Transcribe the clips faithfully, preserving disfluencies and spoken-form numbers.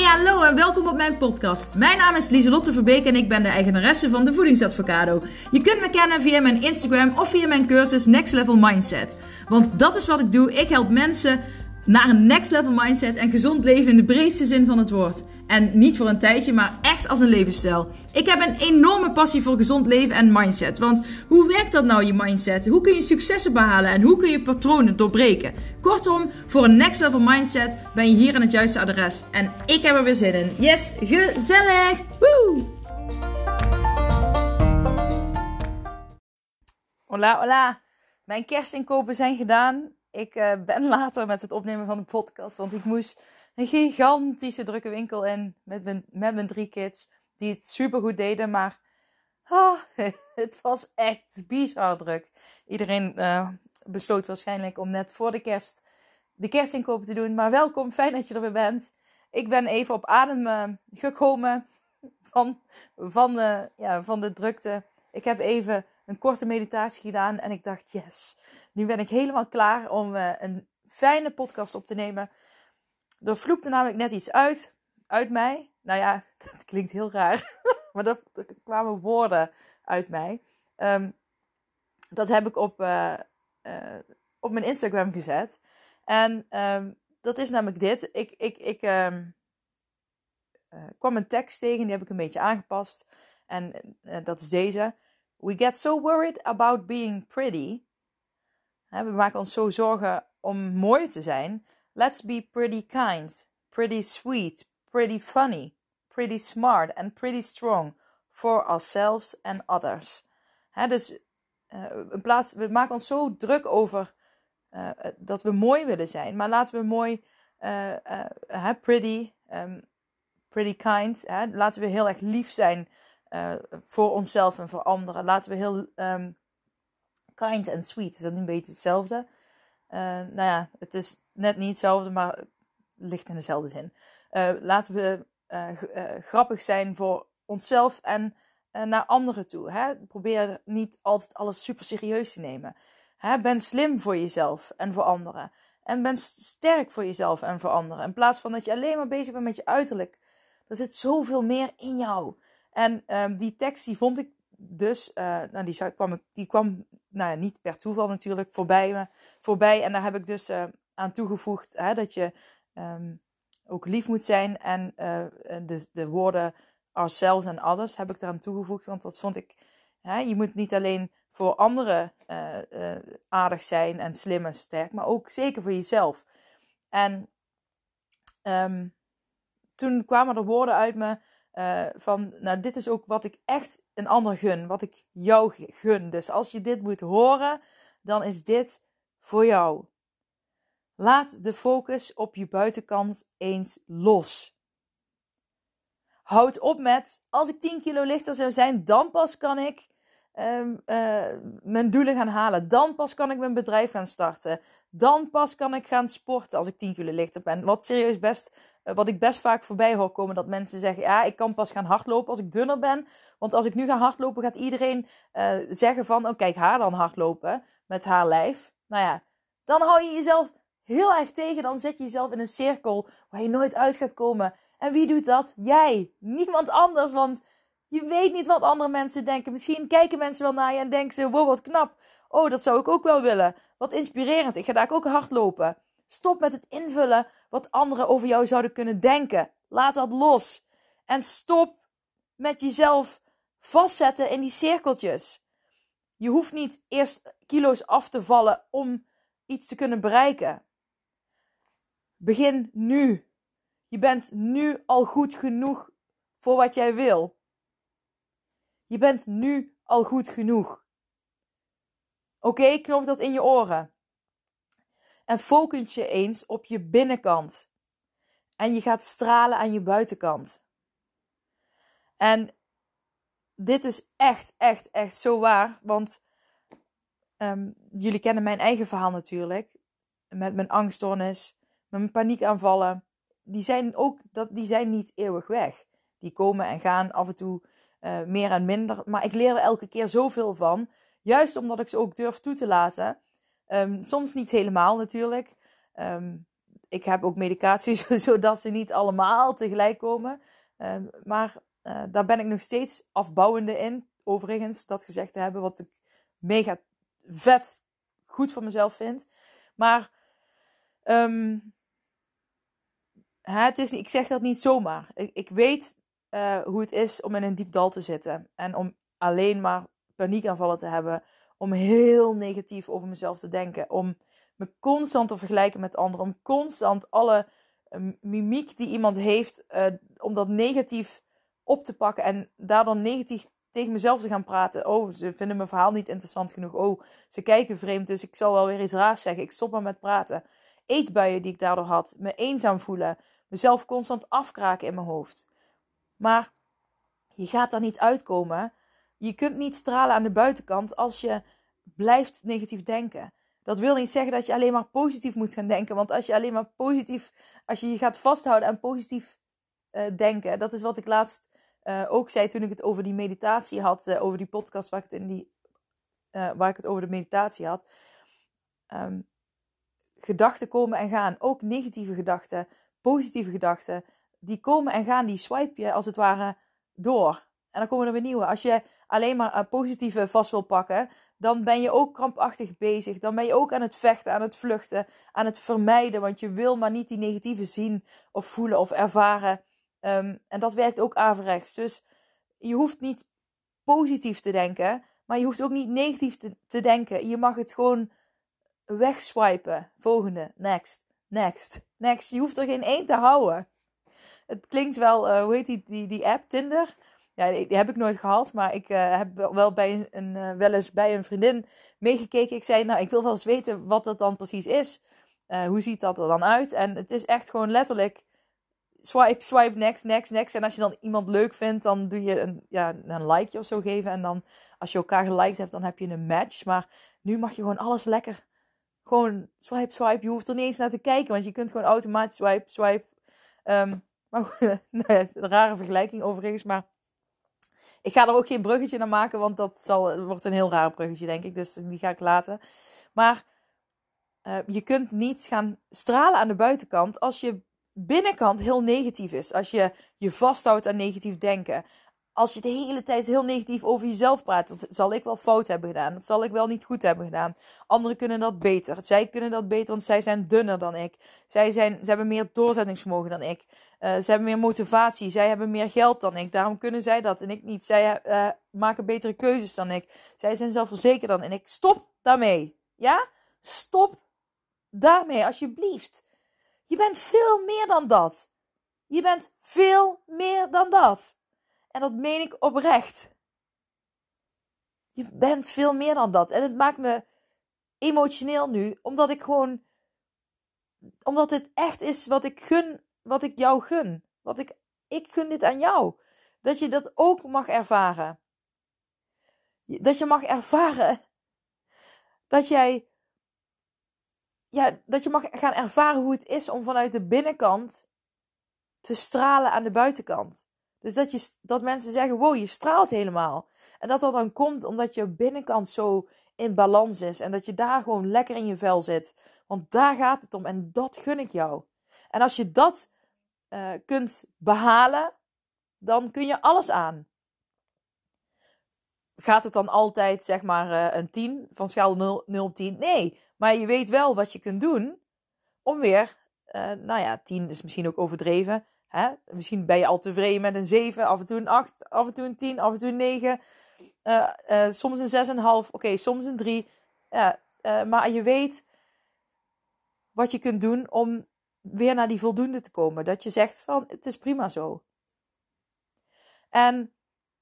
Hallo en welkom op mijn podcast. Mijn naam is Lieselotte Verbeek en ik ben de eigenaresse van de Voedingsadvocado. Je kunt me kennen via mijn Instagram of via mijn cursus Next Level Mindset. Want dat is wat ik doe. Ik help mensen naar een next level mindset en gezond leven in de breedste zin van het woord. En niet voor een tijdje, maar echt als een levensstijl. Ik heb een enorme passie voor gezond leven en mindset. Want hoe werkt dat nou, je mindset? Hoe kun je successen behalen en hoe kun je patronen doorbreken? Kortom, voor een next level mindset ben je hier aan het juiste adres. En ik heb er weer zin in. Yes, gezellig! Woe! Hola, hola. Mijn kerstinkopen zijn gedaan. Ik uh, ben later met het opnemen van de podcast, want ik moest een gigantische drukke winkel in met mijn, met mijn drie kids, die het supergoed deden, maar oh, het was echt bizar druk. Iedereen uh, besloot waarschijnlijk om net voor de kerst de kerstinkopen te doen, maar welkom, fijn dat je er weer bent. Ik ben even op adem uh, gekomen van, van, de, ja, van de drukte. Ik heb even een korte meditatie gedaan en ik dacht, yes, nu ben ik helemaal klaar om uh, een fijne podcast op te nemen. Er vloepte namelijk net iets uit, uit mij. Nou ja, dat klinkt heel raar, maar er, er kwamen woorden uit mij. Um, dat heb ik op, uh, uh, op mijn Instagram gezet. En um, dat is namelijk dit. Ik, ik, ik um, uh, kwam een tekst tegen, die heb ik een beetje aangepast. En uh, dat is deze. We get so worried about being pretty. He, we maken ons zo zorgen om mooi te zijn. Let's be pretty kind, pretty sweet, pretty funny, pretty smart and pretty strong for ourselves and others. He, dus uh, in plaats, we maken ons zo druk over uh, dat we mooi willen zijn. Maar laten we mooi, uh, uh, pretty, um, pretty kind. He, laten we heel erg lief zijn uh, voor onszelf en voor anderen. Laten we heel um, kind and sweet. Is dat nu een beetje hetzelfde? Uh, nou ja, het is net niet hetzelfde, maar het ligt in dezelfde zin. Uh, laten we uh, g- uh, grappig zijn voor onszelf en uh, naar anderen toe. Hè? Probeer niet altijd alles super serieus te nemen. Hè? Ben slim voor jezelf en voor anderen. En ben sterk voor jezelf en voor anderen. In plaats van dat je alleen maar bezig bent met je uiterlijk. Er zit zoveel meer in jou. En um, die tekst die vond ik dus, uh, nou die, zou, kwam, die kwam nou ja, niet per toeval natuurlijk voorbij me. Voorbij. En daar heb ik dus uh, aan toegevoegd hè, dat je um, ook lief moet zijn. En uh, de, de woorden ourselves en others heb ik eraan toegevoegd. Want dat vond ik, hè, je moet niet alleen voor anderen uh, uh, aardig zijn en slim en sterk. Maar ook zeker voor jezelf. En um, toen kwamen er woorden uit me. Uh, van, nou dit is ook wat ik echt een ander gun. Wat ik jou gun. Dus als je dit moet horen, dan is dit voor jou. Laat de focus op je buitenkant eens los. Houd op met, als ik tien kilo lichter zou zijn, dan pas kan ik um, uh, mijn doelen gaan halen. Dan pas kan ik mijn bedrijf gaan starten. Dan pas kan ik gaan sporten als ik tien kilo lichter ben. Wat serieus best, uh, wat ik best vaak voorbij hoor komen, dat mensen zeggen, ja, ik kan pas gaan hardlopen als ik dunner ben. Want als ik nu ga hardlopen, gaat iedereen uh, zeggen van, oh kijk, haar dan hardlopen met haar lijf. Nou ja, dan hou je jezelf heel erg tegen. Dan zet je jezelf in een cirkel waar je nooit uit gaat komen. En wie doet dat? Jij. Niemand anders, want je weet niet wat andere mensen denken. Misschien kijken mensen wel naar je en denken ze, wow, wat knap. Oh, dat zou ik ook wel willen. Wat inspirerend. Ik ga daar ook hardlopen. Stop met het invullen wat anderen over jou zouden kunnen denken. Laat dat los. En stop met jezelf vastzetten in die cirkeltjes. Je hoeft niet eerst kilo's af te vallen om iets te kunnen bereiken. Begin nu. Je bent nu al goed genoeg voor wat jij wil. Je bent nu al goed genoeg. Oké, okay, knoop dat in je oren. En focus je eens op je binnenkant. En je gaat stralen aan je buitenkant. En dit is echt, echt, echt zo waar. Want um, jullie kennen mijn eigen verhaal natuurlijk. Met mijn angststoornis, met mijn paniekaanvallen. Die zijn ook, dat, die zijn niet eeuwig weg. Die komen en gaan af en toe uh, meer en minder. Maar ik leer er elke keer zoveel van. Juist omdat ik ze ook durf toe te laten. Um, soms niet helemaal natuurlijk. Um, ik heb ook medicatie, zodat ze niet allemaal tegelijk komen. Uh, maar uh, daar ben ik nog steeds afbouwende in. Overigens, dat gezegd te hebben, wat ik mega vet goed voor mezelf vind. Maar um, het is, ik zeg dat niet zomaar. Ik, ik weet uh, hoe het is om in een diep dal te zitten. En om alleen maar paniekaanvallen te hebben. Om heel negatief over mezelf te denken. Om me constant te vergelijken met anderen. Om constant alle uh, mimiek die iemand heeft, uh, om dat negatief op te pakken. En daar dan negatief tegen mezelf te gaan praten. Oh, ze vinden mijn verhaal niet interessant genoeg. Oh, ze kijken vreemd, dus ik zal wel weer iets raars zeggen. Ik stop maar met praten. Eetbuien die ik daardoor had. Me eenzaam voelen. Mezelf constant afkraken in mijn hoofd. Maar je gaat daar niet uitkomen. Je kunt niet stralen aan de buitenkant als je blijft negatief denken. Dat wil niet zeggen dat je alleen maar positief moet gaan denken. Want als je alleen maar positief, als je je gaat vasthouden aan positief uh, denken. Dat is wat ik laatst uh, ook zei toen ik het over die meditatie had. Uh, over die podcast waar ik het, in die, uh, waar ik het over de meditatie had. Um, gedachten komen en gaan. Ook negatieve gedachten. Positieve gedachten. Die komen en gaan. Die swipe je als het ware door. En dan komen er weer nieuwe. Als je alleen maar uh, positieve vast wil pakken, dan ben je ook krampachtig bezig. Dan ben je ook aan het vechten, aan het vluchten, aan het vermijden. Want je wil maar niet die negatieve zien of voelen of ervaren. Um, en dat werkt ook averechts. Dus je hoeft niet positief te denken, maar je hoeft ook niet negatief te, te denken. Je mag het gewoon wegswipen. Volgende. Next. Next. Next. Je hoeft er geen één te houden. Het klinkt wel, uh, hoe heet die, die, die app? Tinder? Ja, die, die heb ik nooit gehad. Maar ik uh, heb wel, bij een, een, uh, wel eens bij een vriendin meegekeken. Ik zei, nou, ik wil wel eens weten wat dat dan precies is. Uh, hoe ziet dat er dan uit? En het is echt gewoon letterlijk swipe, swipe, next, next, next. En als je dan iemand leuk vindt, dan doe je een, ja, een likeje of zo geven. En dan, als je elkaar geliked hebt, dan heb je een match. Maar nu mag je gewoon alles lekker gewoon swipe, swipe. Je hoeft er niet eens naar te kijken, want je kunt gewoon automatisch swipe, swipe. Um, maar goed, nou ja, een rare vergelijking overigens, maar ik ga er ook geen bruggetje naar maken, want dat zal, wordt een heel raar bruggetje, denk ik. Dus die ga ik laten. Maar uh, je kunt niet gaan stralen aan de buitenkant als je binnenkant heel negatief is. Als je je vasthoudt aan negatief denken. Als je de hele tijd heel negatief over jezelf praat, dat zal ik wel fout hebben gedaan. Dat zal ik wel niet goed hebben gedaan. Anderen kunnen dat beter. Zij kunnen dat beter, want zij zijn dunner dan ik. Zij zijn, ze hebben meer doorzettingsvermogen dan ik. Uh, ze hebben meer motivatie. Zij hebben meer geld dan ik. Daarom kunnen zij dat en ik niet. Zij uh, maken betere keuzes dan ik. Zij zijn zelfverzekerd dan en ik. Stop daarmee. Ja? Stop daarmee, alsjeblieft. Je bent veel meer dan dat. Je bent veel meer dan dat. En dat meen ik oprecht. Je bent veel meer dan dat. En het maakt me emotioneel nu. Omdat ik gewoon... Omdat het echt is wat ik gun. Wat ik jou gun. Wat ik... Ik gun dit aan jou. Dat je dat ook mag ervaren. Dat je mag ervaren. Dat jij... Ja, dat je mag gaan ervaren hoe het is om vanuit de binnenkant te stralen aan de buitenkant. Dus dat, je, dat mensen zeggen, wow, je straalt helemaal. En dat dat dan komt omdat je binnenkant zo in balans is. En dat je daar gewoon lekker in je vel zit. Want daar gaat het om. En dat gun ik jou. En als je dat uh, kunt behalen, dan kun je alles aan. Gaat het dan altijd, zeg maar, uh, een tien? Van schaal nul op tien? Nee. Maar je weet wel wat je kunt doen om weer, uh, nou ja, tien is misschien ook overdreven. Hè? Misschien ben je al tevreden met een zeven, af en toe een acht, af en toe een tien, af en toe een negen. Uh, uh, soms een zes komma vijf, oké, okay, soms een drie. Uh, uh, maar je weet wat je kunt doen om weer naar die voldoende te komen. Dat je zegt van, het is prima zo. En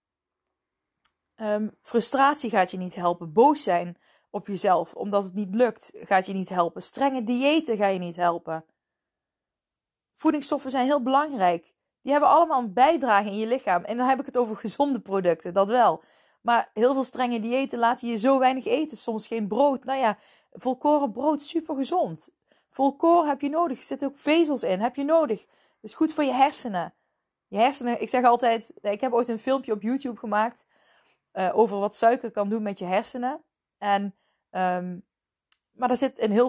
um, frustratie gaat je niet helpen. Boos zijn op jezelf omdat het niet lukt gaat je niet helpen. Strenge diëten gaan je niet helpen. Voedingsstoffen zijn heel belangrijk. Die hebben allemaal een bijdrage in je lichaam. En dan heb ik het over gezonde producten, dat wel. Maar heel veel strenge diëten laten je zo weinig eten. Soms geen brood. Nou ja, volkoren brood, super gezond. Volkoren heb je nodig. Er zitten ook vezels in, heb je nodig. Dat is goed voor je hersenen. Je hersenen, ik zeg altijd, ik heb ooit een filmpje op YouTube gemaakt uh, over wat suiker kan doen met je hersenen. En, um, maar daar zit in heel veel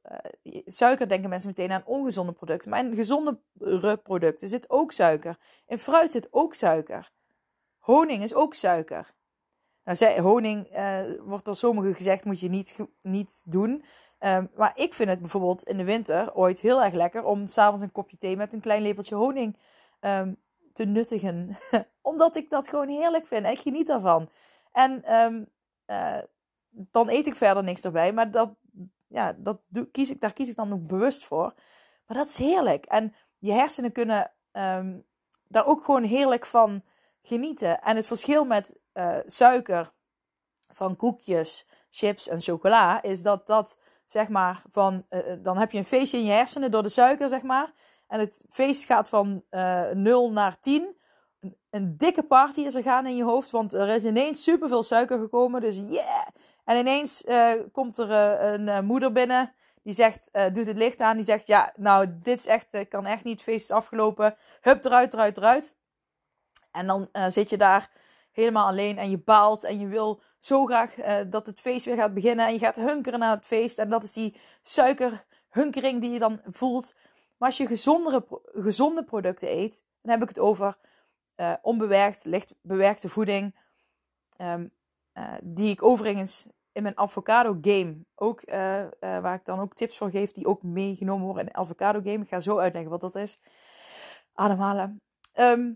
Uh, suiker denken mensen meteen aan ongezonde producten. Maar in gezondere producten zit ook suiker. In fruit zit ook suiker. Honing is ook suiker. Nou, zij, honing uh, wordt door sommigen gezegd, moet je niet, niet doen. Um, maar ik vind het bijvoorbeeld in de winter ooit heel erg lekker om 's avonds een kopje thee met een klein lepeltje honing um, te nuttigen. Omdat ik dat gewoon heerlijk vind. Ik geniet daarvan. En um, uh, dan eet ik verder niks erbij. Maar dat, ja, dat doe, kies ik, daar kies ik dan ook bewust voor. Maar dat is heerlijk. En je hersenen kunnen um, daar ook gewoon heerlijk van genieten. En het verschil met uh, suiker van koekjes, chips en chocola is dat dat, zeg maar, van uh, dan heb je een feestje in je hersenen door de suiker, zeg maar. En het feest gaat van uh, nul naar tien. Een, een dikke party is er gaan in je hoofd, want er is ineens superveel suiker gekomen. Dus yeah! En ineens uh, komt er uh, een uh, moeder binnen, die zegt, uh, doet het licht aan, die zegt, ja, nou, dit is echt, uh, kan echt niet, het feest is afgelopen. Hup, eruit, eruit, eruit. En dan uh, zit je daar helemaal alleen en je baalt en je wil zo graag uh, dat het feest weer gaat beginnen. En je gaat hunkeren naar het feest en dat is die suikerhunkering die je dan voelt. Maar als je gezondere, gezonde producten eet, dan heb ik het over uh, onbewerkt, licht bewerkte voeding. Um, uh, die ik overigens in mijn avocado game ook, uh, uh, waar ik dan ook tips voor geef, die ook meegenomen worden in de avocado game. Ik ga zo uitleggen wat dat is. Ademhalen. Um,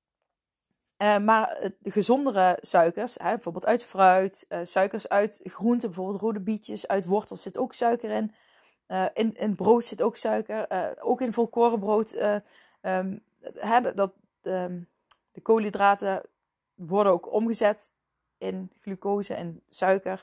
Uh, maar de gezondere suikers, hè, bijvoorbeeld uit fruit, uh, suikers uit groenten, bijvoorbeeld rode bietjes, uit wortels zit ook suiker in. Uh, in, in brood zit ook suiker, uh, ook in volkorenbrood. Uh, um, hè, dat, um, de koolhydraten worden ook omgezet in glucose en suiker.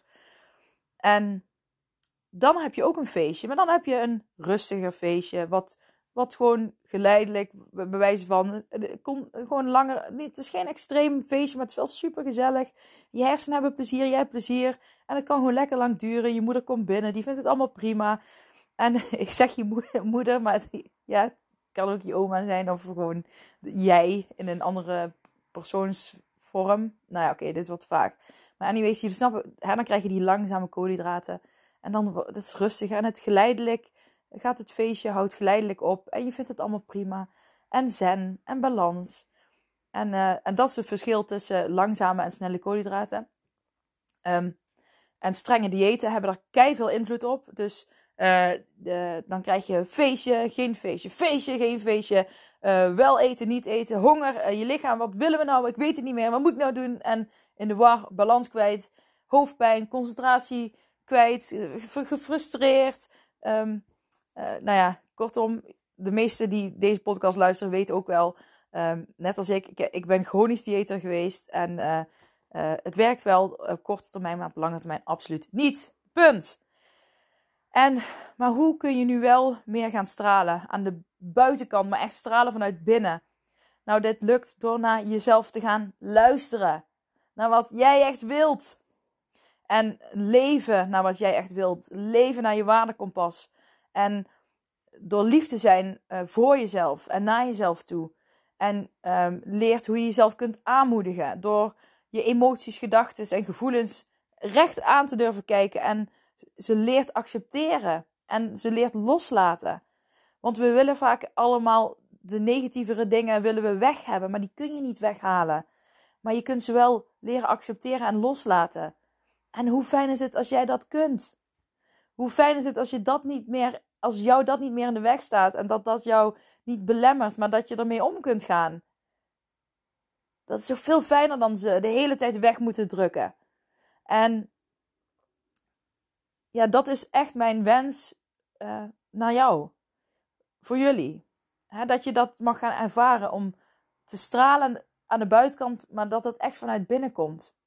En dan heb je ook een feestje, maar dan heb je een rustiger feestje, wat... Wat gewoon geleidelijk, bij wijze van, kon gewoon langer, niet, het is geen extreem feestje, maar het is wel super gezellig. Je hersenen hebben plezier, jij hebt plezier. En het kan gewoon lekker lang duren. Je moeder komt binnen, die vindt het allemaal prima. En ik zeg je moeder, moeder maar het, ja, het kan ook je oma zijn of gewoon jij in een andere persoonsvorm. Nou ja, oké, okay, dit is wat vaag. Maar anyways, jullie snappen, hè, dan krijg je die langzame koolhydraten. En dan, dat is rustig en het geleidelijk... gaat het feestje, houdt geleidelijk op. En je vindt het allemaal prima. En zen en balans. En, uh, en dat is het verschil tussen langzame en snelle koolhydraten. Um, en strenge diëten hebben daar keiveel invloed op. Dus uh, de, dan krijg je feestje, geen feestje. Feestje, geen feestje. Uh, wel eten, niet eten. Honger, uh, je lichaam, wat willen we nou? Ik weet het niet meer. Wat moet ik nou doen? En in de war, balans kwijt. Hoofdpijn, concentratie kwijt. Gefrustreerd. Um, Uh, nou ja, kortom, de meesten die deze podcast luisteren weten ook wel, um, net als ik, ik, ik ben chronisch dieeter geweest en uh, uh, het werkt wel op korte termijn, maar op lange termijn absoluut niet. Punt. En, maar hoe kun je nu wel meer gaan stralen aan de buitenkant, maar echt stralen vanuit binnen? Nou, dit lukt door naar jezelf te gaan luisteren, naar wat jij echt wilt. En leven naar wat jij echt wilt, leven naar je waardekompas. En door lief te zijn uh, voor jezelf en naar jezelf toe. En um, leert hoe je jezelf kunt aanmoedigen. Door je emoties, gedachten en gevoelens recht aan te durven kijken. En ze leert accepteren. En ze leert loslaten. Want we willen vaak allemaal de negatievere dingen willen we weg hebben. Maar die kun je niet weghalen. Maar je kunt ze wel leren accepteren en loslaten. En hoe fijn is het als jij dat kunt? Hoe fijn is het als je dat niet meer, als jou dat niet meer in de weg staat en dat dat jou niet belemmert, maar dat je ermee om kunt gaan. Dat is zo veel fijner dan ze de hele tijd weg moeten drukken. En ja, dat is echt mijn wens uh, naar jou, voor jullie. He, dat je dat mag gaan ervaren om te stralen aan de buitenkant, maar dat het echt vanuit binnen komt.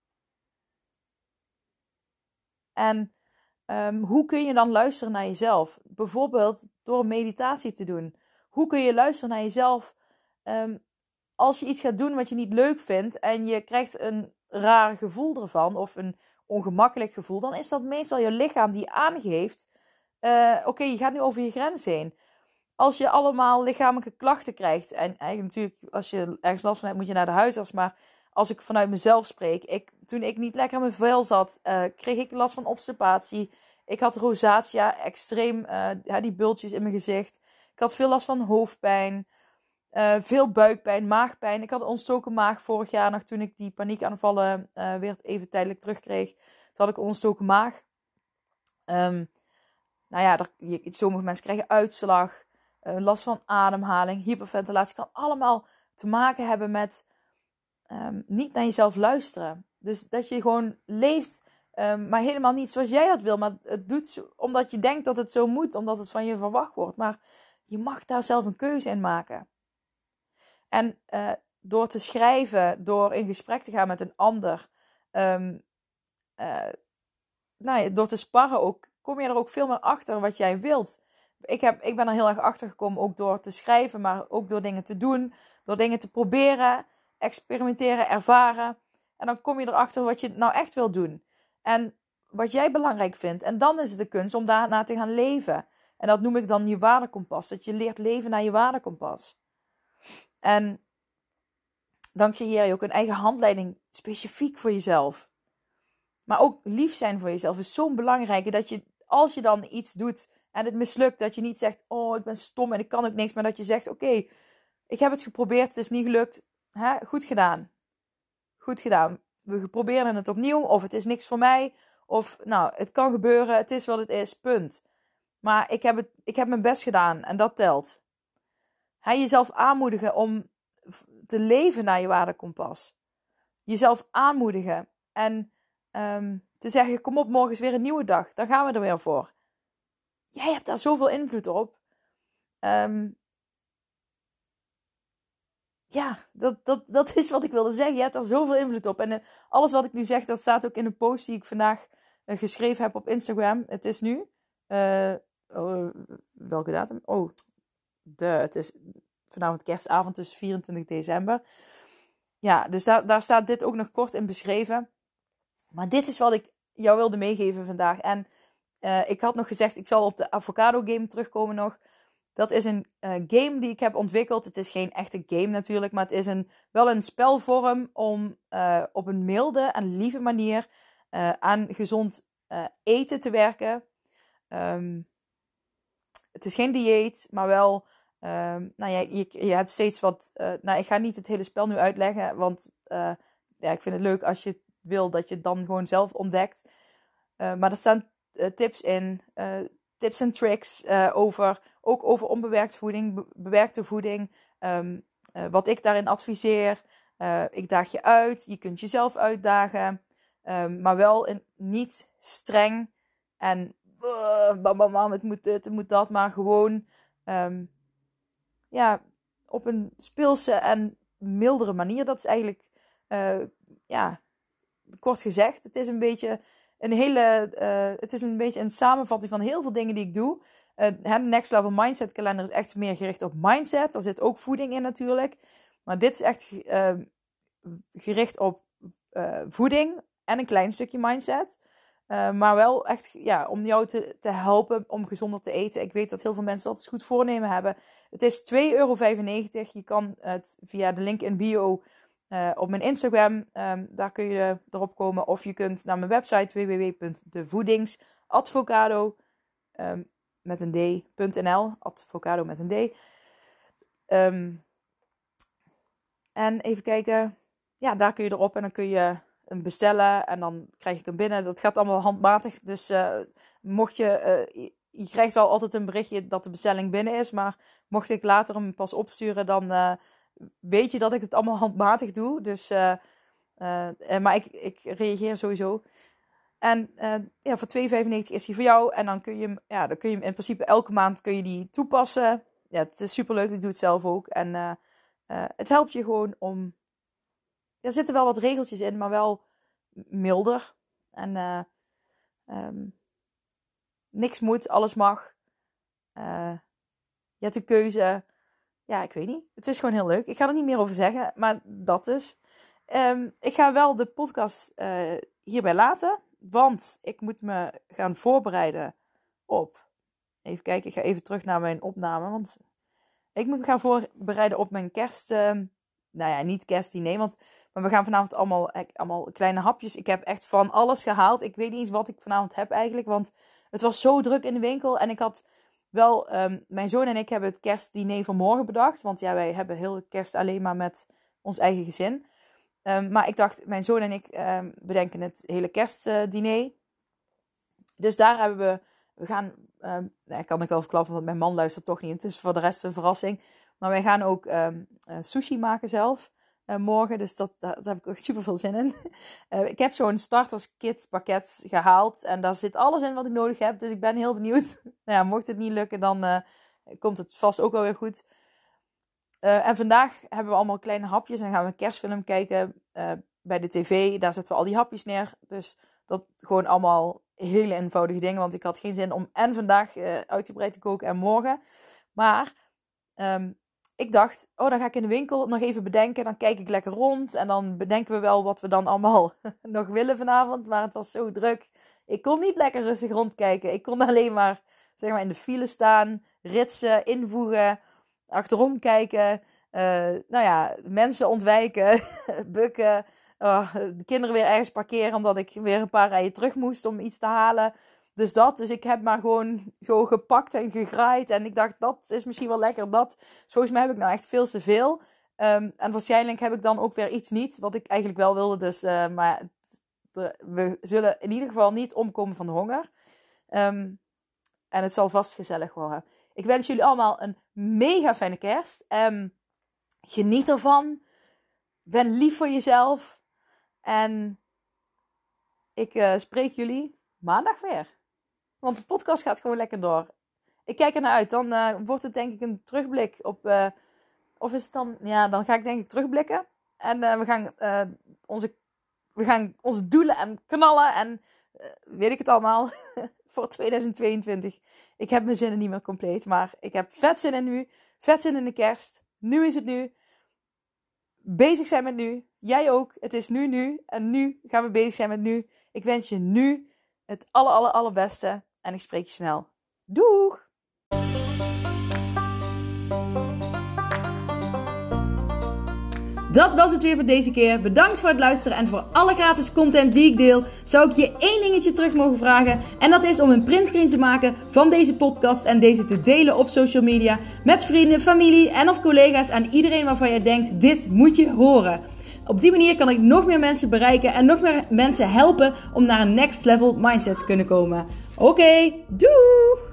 En Um, hoe kun je dan luisteren naar jezelf? Bijvoorbeeld door meditatie te doen. Hoe kun je luisteren naar jezelf um, als je iets gaat doen wat je niet leuk vindt en je krijgt een raar gevoel ervan of een ongemakkelijk gevoel, dan is dat meestal je lichaam die aangeeft, uh, oké, okay, je gaat nu over je grens heen. Als je allemaal lichamelijke klachten krijgt, en eigenlijk natuurlijk als je ergens last van hebt moet je naar de huisarts, maar als ik vanuit mezelf spreek, ik, toen ik niet lekker in mijn vel zat, uh, kreeg ik last van obstipatie. Ik had rosacea, extreem, uh, ja, die bultjes in mijn gezicht. Ik had veel last van hoofdpijn. Uh, veel buikpijn, maagpijn. Ik had een ontstoken maag vorig jaar nog toen ik die paniekaanvallen uh, weer even tijdelijk terugkreeg. Toen had ik een ontstoken maag. Um, nou ja, er, je, sommige mensen krijgen uitslag, uh, last van ademhaling, hyperventilatie. Kan allemaal te maken hebben met um, niet naar jezelf luisteren. Dus dat je gewoon leeft, um, maar helemaal niet zoals jij dat wil. Maar het doet omdat je denkt dat het zo moet, omdat het van je verwacht wordt. Maar je mag daar zelf een keuze in maken. En uh, door te schrijven, door in gesprek te gaan met een ander, um, uh, nou ja, door te sparren ook, kom je er ook veel meer achter wat jij wilt. Ik, heb, ik ben er heel erg achter gekomen, ook door te schrijven, maar ook door dingen te doen, door dingen te proberen, experimenteren, ervaren. En dan kom je erachter wat je nou echt wil doen. En wat jij belangrijk vindt. En dan is het de kunst om daarna te gaan leven. En dat noem ik dan je waardekompas. Dat je leert leven naar je waardekompas. En dan creëer je ook een eigen handleiding specifiek voor jezelf. Maar ook lief zijn voor jezelf is zo'n belangrijk. Dat je, als je dan iets doet en het mislukt, dat je niet zegt, oh, ik ben stom en ik kan ook niks. Maar dat je zegt, oké, okay, ik heb het geprobeerd, het is niet gelukt. Hè? Goed gedaan. Goed gedaan. We proberen het opnieuw. Of het is niks voor mij. Of, nou, het kan gebeuren. Het is wat het is. Punt. Maar ik heb, het, ik heb mijn best gedaan. En dat telt. He, jezelf aanmoedigen om te leven naar je waardekompas. Jezelf aanmoedigen. En um, te zeggen, kom op, morgen is weer een nieuwe dag. Dan gaan we er weer voor. Jij hebt daar zoveel invloed op. Um, ja, dat, dat, dat is wat ik wilde zeggen. Je hebt daar zoveel invloed op. En uh, alles wat ik nu zeg, dat staat ook in een post die ik vandaag uh, geschreven heb op Instagram. Het is nu... Uh, uh, welke datum? Oh, de, het is vanavond kerstavond, dus vierentwintig december. Ja, dus daar, daar staat dit ook nog kort in beschreven. Maar dit is wat ik jou wilde meegeven vandaag. En uh, ik had nog gezegd, ik zal op de avocado game terugkomen nog. Dat is een uh, game die ik heb ontwikkeld. Het is geen echte game natuurlijk, maar het is een, wel een spelvorm om uh, op een milde en lieve manier uh, aan gezond uh, eten te werken. Um, het is geen dieet, maar wel... Um, nou ja, je, je hebt steeds wat... Uh, nou, ik ga niet het hele spel nu uitleggen, want uh, ja, ik vind het leuk als je wil dat je het dan gewoon zelf ontdekt. Uh, maar er staan uh, tips in, uh, tips en tricks uh, over, ook over onbewerkte voeding, be- bewerkte voeding. Um, uh, wat ik daarin adviseer. Uh, ik daag je uit, je kunt jezelf uitdagen, um, maar wel in, niet streng en uh, bam, bam, bam, het moet dit, het moet dat, maar gewoon um, ja, op een speelse en mildere manier. Dat is eigenlijk, uh, ja, kort gezegd, het is een beetje een hele, uh, het is een beetje een samenvatting van heel veel dingen die ik doe. Uh, de Next Level Mindset kalender is echt meer gericht op mindset. Daar zit ook voeding in natuurlijk. Maar dit is echt uh, gericht op uh, voeding en een klein stukje mindset. Uh, maar wel echt ja, om jou te, te helpen om gezonder te eten. Ik weet dat heel veel mensen dat eens goed voornemen hebben. Het is twee euro vijfennegentig. Je kan het via de link in bio uh, op mijn Instagram. Um, daar kun je erop komen. Of je kunt naar mijn website w w w punt de voedingsadvocado um, met een d punt n l. Advocado met een d. Um, en even kijken. Ja, daar kun je erop en dan kun je hem bestellen en dan krijg ik hem binnen. Dat gaat allemaal handmatig. Dus uh, mocht je... Uh, je krijgt wel altijd een berichtje dat de bestelling binnen is. Maar mocht ik later hem pas opsturen, dan uh, weet je dat ik het allemaal handmatig doe. Dus, uh, uh, maar ik, ik reageer sowieso. En uh, ja, voor twee euro vijfennegentig is hij voor jou. En dan kun je hem, ja, dan kun je hem in principe elke maand kun je die toepassen. Ja, het is superleuk. Ik doe het zelf ook. En uh, uh, het helpt je gewoon om... Er zitten wel wat regeltjes in, maar wel milder. En uh, um, niks moet, alles mag. Uh, je hebt een keuze. Ja, ik weet niet. Het is gewoon heel leuk. Ik ga er niet meer over zeggen, maar dat dus. Um, ik ga wel de podcast uh, hierbij laten, want ik moet me gaan voorbereiden op... Even kijken, ik ga even terug naar mijn opname, want ik moet me gaan voorbereiden op mijn kerst... Uh, nou ja, niet kerstdiner, want... Maar we gaan vanavond allemaal, allemaal kleine hapjes. Ik heb echt van alles gehaald. Ik weet niet eens wat ik vanavond heb eigenlijk. Want het was zo druk in de winkel. En ik had wel, um, mijn zoon en ik hebben het kerstdiner van morgen bedacht. Want ja, wij hebben heel kerst alleen maar met ons eigen gezin. Um, maar ik dacht, mijn zoon en ik um, bedenken het hele kerstdiner. Uh, dus daar hebben we, we gaan, um, nou, kan ik wel verklappen, want mijn man luistert toch niet. Het is voor de rest een verrassing. Maar wij gaan ook um, uh, sushi maken zelf uh, morgen. Dus dat, daar, daar heb ik echt super veel zin in. uh, ik heb zo'n starters kit pakket gehaald. En daar zit alles in wat ik nodig heb. Dus ik ben heel benieuwd. nou ja, mocht het niet lukken, dan uh, komt het vast ook wel weer goed. Uh, en vandaag hebben we allemaal kleine hapjes. En dan gaan we een kerstfilm kijken uh, bij de tv. Daar zetten we al die hapjes neer. Dus dat gewoon allemaal hele eenvoudige dingen. Want ik had geen zin om en vandaag uh, uitgebreid te koken en morgen. Maar um, ik dacht, oh, dan ga ik in de winkel nog even bedenken. Dan kijk ik lekker rond. En dan bedenken we wel wat we dan allemaal nog willen vanavond. Maar het was zo druk. Ik kon niet lekker rustig rondkijken. Ik kon alleen maar, zeg maar in de file staan. Ritsen, invoegen. Achterom kijken. Uh, nou ja, mensen ontwijken. bukken. Uh, de kinderen weer ergens parkeren. Omdat ik weer een paar rijen terug moest om iets te halen. Dus dat. Dus ik heb maar gewoon zo gepakt en gegraaid. En ik dacht, dat is misschien wel lekker. Dat. Dus volgens mij heb ik nou echt veel te veel. Um, en waarschijnlijk heb ik dan ook weer iets niet. Wat ik eigenlijk wel wilde. Dus, uh, maar we zullen in ieder geval niet omkomen van de honger. Um, en het zal vast gezellig worden. Ik wens jullie allemaal een mega fijne kerst. Um, geniet ervan. Ben lief voor jezelf. En ik uh, spreek jullie maandag weer. Want de podcast gaat gewoon lekker door. Ik kijk er naar uit. Dan uh, wordt het denk ik een terugblik op... Uh, of is het dan... Ja, dan ga ik denk ik terugblikken. En uh, we, gaan, uh, onze, we gaan onze doelen en knallen. En uh, weet ik het allemaal. voor tweeduizend tweeëntwintig. Ik heb mijn zinnen niet meer compleet. Maar ik heb vet zin in nu. Vet zin in de kerst. Nu is het nu. Bezig zijn met nu. Jij ook. Het is nu nu. En nu gaan we bezig zijn met nu. Ik wens je nu het aller, aller, allerbeste. En ik spreek je snel. Doeg! Dat was het weer voor deze keer. Bedankt voor het luisteren en voor alle gratis content die ik deel. Zou ik je één dingetje terug mogen vragen. En dat is om een printscreen te maken van deze podcast. En deze te delen op social media. Met vrienden, familie en of collega's. En iedereen waarvan je denkt, dit moet je horen. Op die manier kan ik nog meer mensen bereiken. En nog meer mensen helpen om naar een next level mindset te kunnen komen. Oké, okay, doeg!